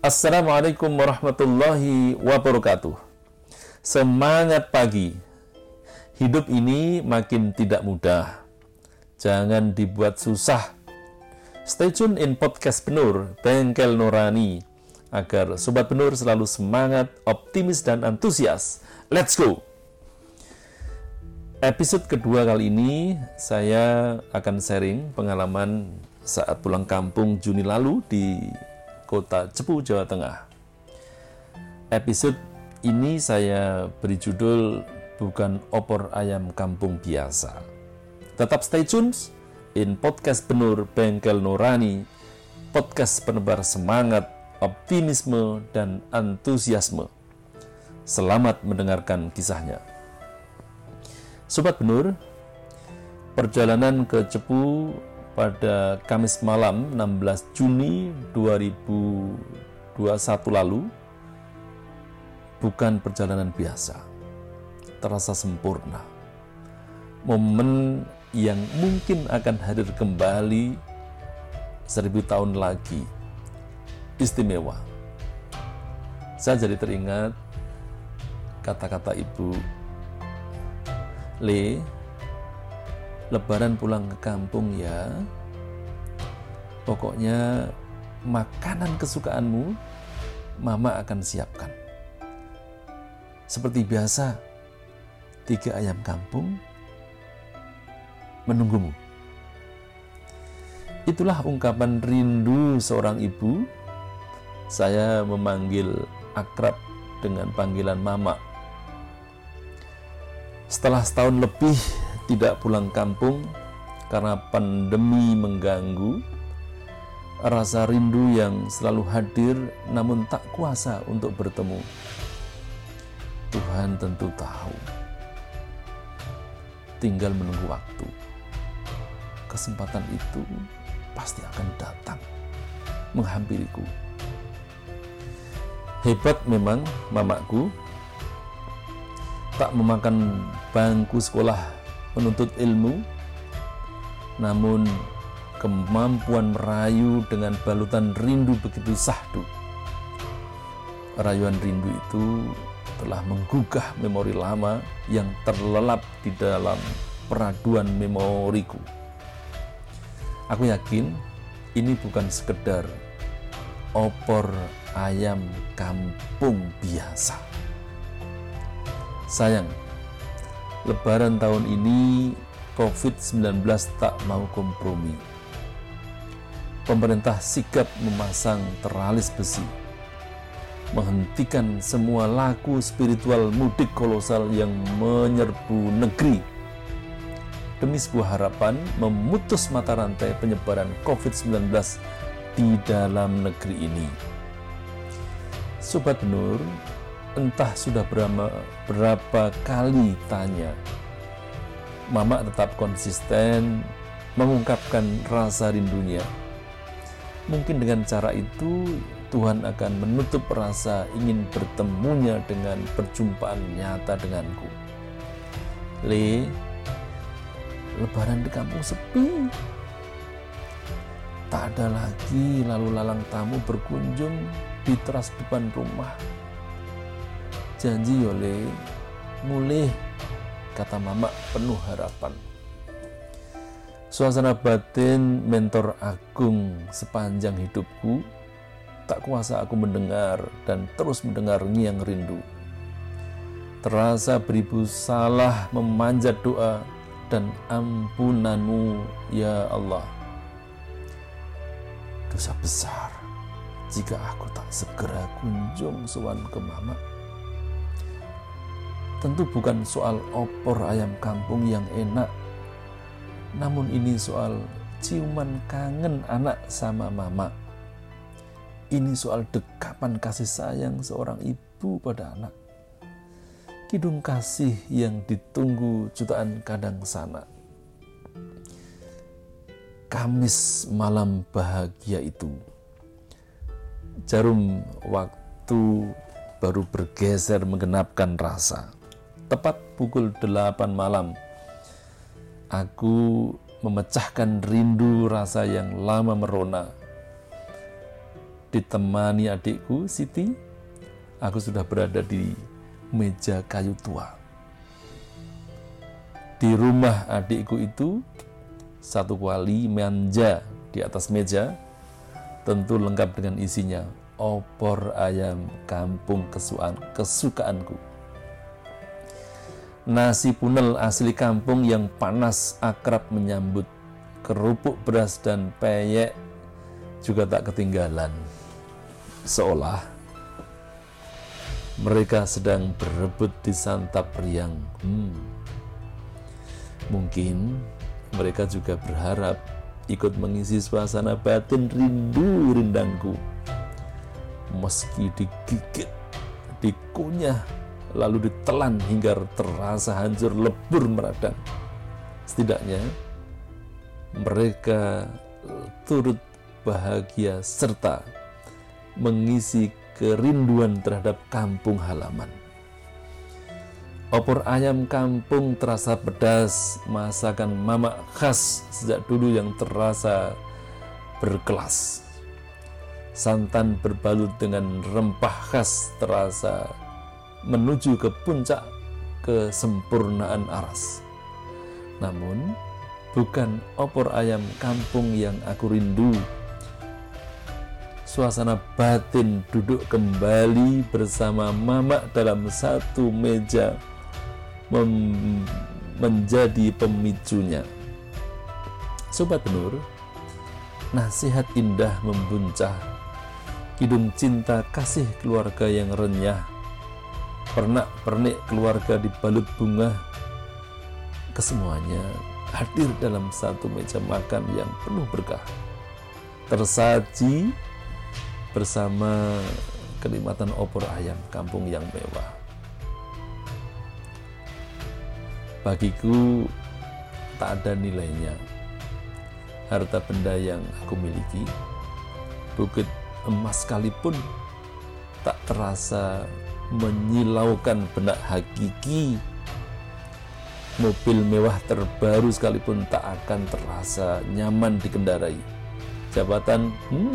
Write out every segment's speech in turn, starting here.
Assalamualaikum warahmatullahi wabarakatuh. Semangat pagi. Hidup ini makin tidak mudah. Jangan dibuat susah. Stay tune in podcast Penur, Bengkel Nurani, agar Sobat Penur selalu semangat, optimis, dan antusias. Let's go! Episode kedua kali ini, saya akan sharing pengalaman saat pulang kampung Juni lalu di Kota Cepu, Jawa Tengah. Episode ini saya beri judul bukan opor ayam kampung biasa. Tetap stay tune in podcast Penur Bengkel Nurani, podcast penebar semangat, optimisme, dan antusiasme. Selamat mendengarkan kisahnya. Sobat Penur, perjalanan ke Cepu pada Kamis malam 16 Juni 2021 lalu bukan perjalanan biasa, terasa sempurna. Momen yang mungkin akan hadir kembali 1000 tahun lagi, istimewa. Saya jadi teringat kata-kata Ibu, Le, Lebaran pulang ke kampung ya. Pokoknya makanan kesukaanmu Mama akan siapkan. Seperti biasa, 3 ayam kampung menunggumu. Itulah ungkapan rindu seorang ibu. Saya memanggil akrab dengan panggilan Mama. Setelah setahun lebih tidak pulang kampung karena pandemi mengganggu, rasa rindu yang selalu hadir namun tak kuasa untuk bertemu. Tuhan tentu tahu. Tinggal menunggu waktu. Kesempatan itu pasti akan datang menghampiriku. Hebat memang mamaku, tak memakan bangku sekolah menuntut ilmu, namun kemampuan merayu dengan balutan rindu begitu sahdu. Rayuan rindu itu telah menggugah memori lama yang terlelap di dalam peraduan memoriku. Aku yakin ini bukan sekedar opor ayam kampung biasa. Sayang, Lebaran tahun ini COVID-19 tak mau kompromi. Pemerintah sigap memasang teralis besi, menghentikan semua laku spiritual mudik kolosal yang menyerbu negeri demi sebuah harapan memutus mata rantai penyebaran COVID-19 di dalam negeri ini. Sobat Penur, entah sudah berapa kali tanya, Mama tetap konsisten mengungkapkan rasa rindunya. Mungkin dengan cara itu Tuhan akan menutup rasa ingin bertemunya dengan perjumpaan nyata denganku. Le, Lebaran di kampung sepi. Tak ada lagi lalu lalang tamu berkunjung di teras depan rumah. Janji yole, mulih, kata Mama penuh harapan. Suasana batin mentor agung sepanjang hidupku, tak kuasa aku mendengar dan terus mendengar ngiang rindu. Terasa beribu salah memanjat doa dan ampunanmu ya Allah. Dosa besar jika aku tak segera kunjung sowan ke Mama. Tentu bukan soal opor ayam kampung yang enak, namun ini soal ciuman kangen anak sama Mama. Ini soal dekapan kasih sayang seorang ibu pada anak. Kidung kasih yang ditunggu jutaan kadang sana. Kamis malam bahagia itu, jarum waktu baru bergeser menggenapkan rasa. Tepat pukul 8 malam, aku memecahkan rindu rasa yang lama merona ditemani adikku Siti, aku sudah berada di meja kayu tua. Di rumah adikku itu, satu kuali manja di atas meja, tentu lengkap dengan isinya opor ayam kampung kesukaanku. Nasi punel asli kampung yang panas akrab menyambut, kerupuk beras dan peyek juga tak ketinggalan. Seolah mereka sedang berebut disantap riang. Mungkin mereka juga berharap ikut mengisi suasana batin rindu rindangku. Meski digigit, dikunyah, lalu ditelan hingga terasa hancur lebur meradang, setidaknya mereka turut bahagia serta mengisi kerinduan terhadap kampung halaman. Opor ayam kampung terasa pedas, masakan mama khas sejak dulu yang terasa berkelas. Santan berbalut dengan rempah khas terasa menuju ke puncak kesempurnaan aras. Namun, bukan opor ayam kampung yang aku rindu. Suasana batin duduk kembali bersama mama dalam satu meja menjadi pemicunya. Sobat Nur, nasihat indah membuncah, kidung cinta kasih keluarga yang renyah, pernak-pernik keluarga dibalut bunga, kesemuanya hadir dalam satu meja makan yang penuh berkah, tersaji bersama kenikmatan opor ayam kampung yang mewah. Bagiku tak ada nilainya harta benda yang aku miliki, bukit emas sekalipun tak terasa menyilaukan benak hakiki. Mobil mewah terbaru sekalipun tak akan terasa nyaman dikendarai. Jabatan,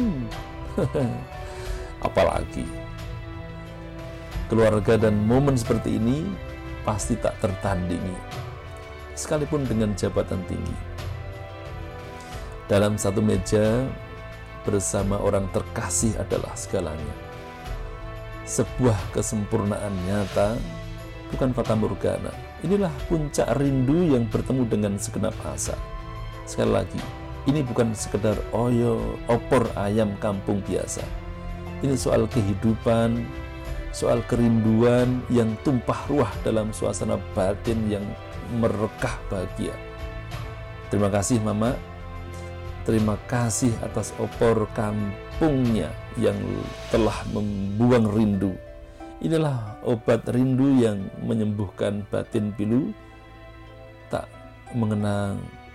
apalagi. Keluarga dan momen seperti ini pasti tak tertandingi, sekalipun dengan jabatan tinggi. Dalam satu meja bersama orang terkasih adalah segalanya. Sebuah kesempurnaan nyata, bukan fata morgana. Inilah puncak rindu yang bertemu dengan segenap asa. Sekali lagi, ini bukan sekedar opor ayam kampung biasa. Ini soal kehidupan, soal kerinduan yang tumpah ruah dalam suasana batin yang merekah bahagia. Terima kasih Mama. Terima kasih atas opor kampungnya yang telah membuang rindu. Inilah obat rindu yang menyembuhkan batin pilu, tak mengenang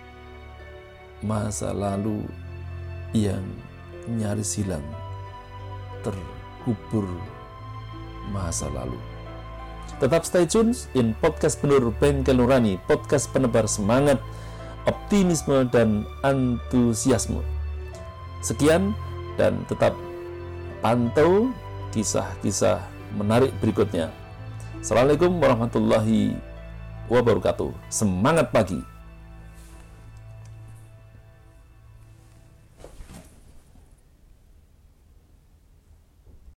masa lalu yang nyaris hilang, terkubur masa lalu. Tetap stay tune in podcast Penur Bengkel Nurani, podcast penebar semangat, optimisme dan antusiasme. Sekian, dan tetap pantau kisah-kisah menarik berikutnya. Assalamualaikum warahmatullahi wabarakatuh. Semangat pagi.